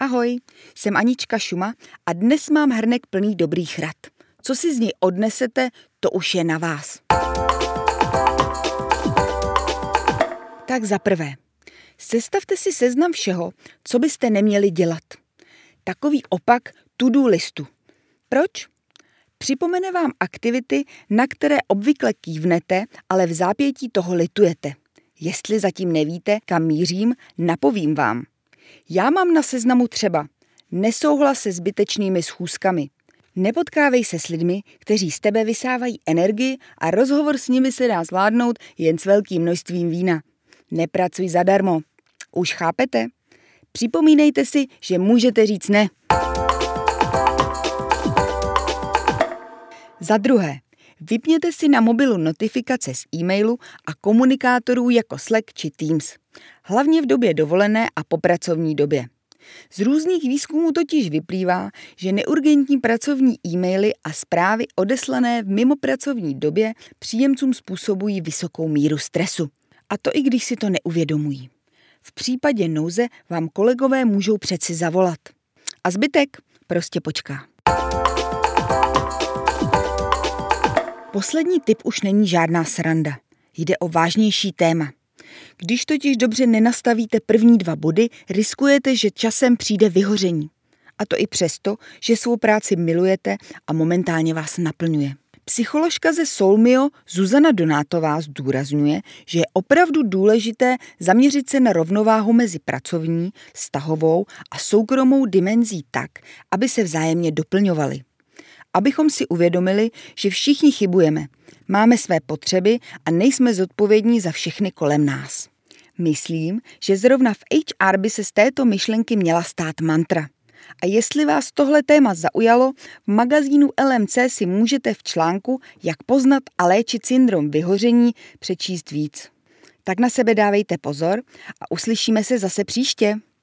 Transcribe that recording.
Ahoj, jsem Anička Šuma a dnes mám hrnek plný dobrých rad. Co si z něj odnesete, to už je na vás. Tak za prvé, sestavte si seznam všeho, co byste neměli dělat. Takový opak to-do listu. Proč? Připomene vám aktivity, na které obvykle kývnete, ale v zápětí toho litujete. Jestli zatím nevíte, kam mířím, napovím vám. Já mám na seznamu třeba nesouhlas se zbytečnými schůzkami. Nepotkávej se s lidmi, kteří z tebe vysávají energii a rozhovor s nimi se dá zvládnout jen s velkým množstvím vína. Nepracuj zadarmo. Už chápete? Připomínejte si, že můžete říct ne. Za druhé, vypněte si na mobilu notifikace z e-mailu a komunikátorů jako Slack či Teams. Hlavně v době dovolené a po pracovní době. Z různých výzkumů totiž vyplývá, že neurgentní pracovní e-maily a zprávy odeslané v mimopracovní době příjemcům způsobují vysokou míru stresu. A to i když si to neuvědomují. V případě nouze vám kolegové můžou přeci zavolat. A zbytek prostě počká. Poslední tip už není žádná sranda. Jde o vážnější téma. Když totiž dobře nenastavíte první 2 body, riskujete, že časem přijde vyhoření. A to i přesto, že svou práci milujete a momentálně vás naplňuje. Psycholožka ze Soulmio Zuzana Donátová zdůrazňuje, že je opravdu důležité zaměřit se na rovnováhu mezi pracovní, vztahovou a soukromou dimenzí tak, aby se vzájemně doplňovaly. Abychom si uvědomili, že všichni chybujeme, máme své potřeby a nejsme zodpovědní za všechny kolem nás. Myslím, že zrovna v HR by se z této myšlenky měla stát mantra. A jestli vás tohle téma zaujalo, v magazínu LMC si můžete v článku Jak poznat a léčit syndrom vyhoření přečíst víc. Tak na sebe dávejte pozor a uslyšíme se zase příště.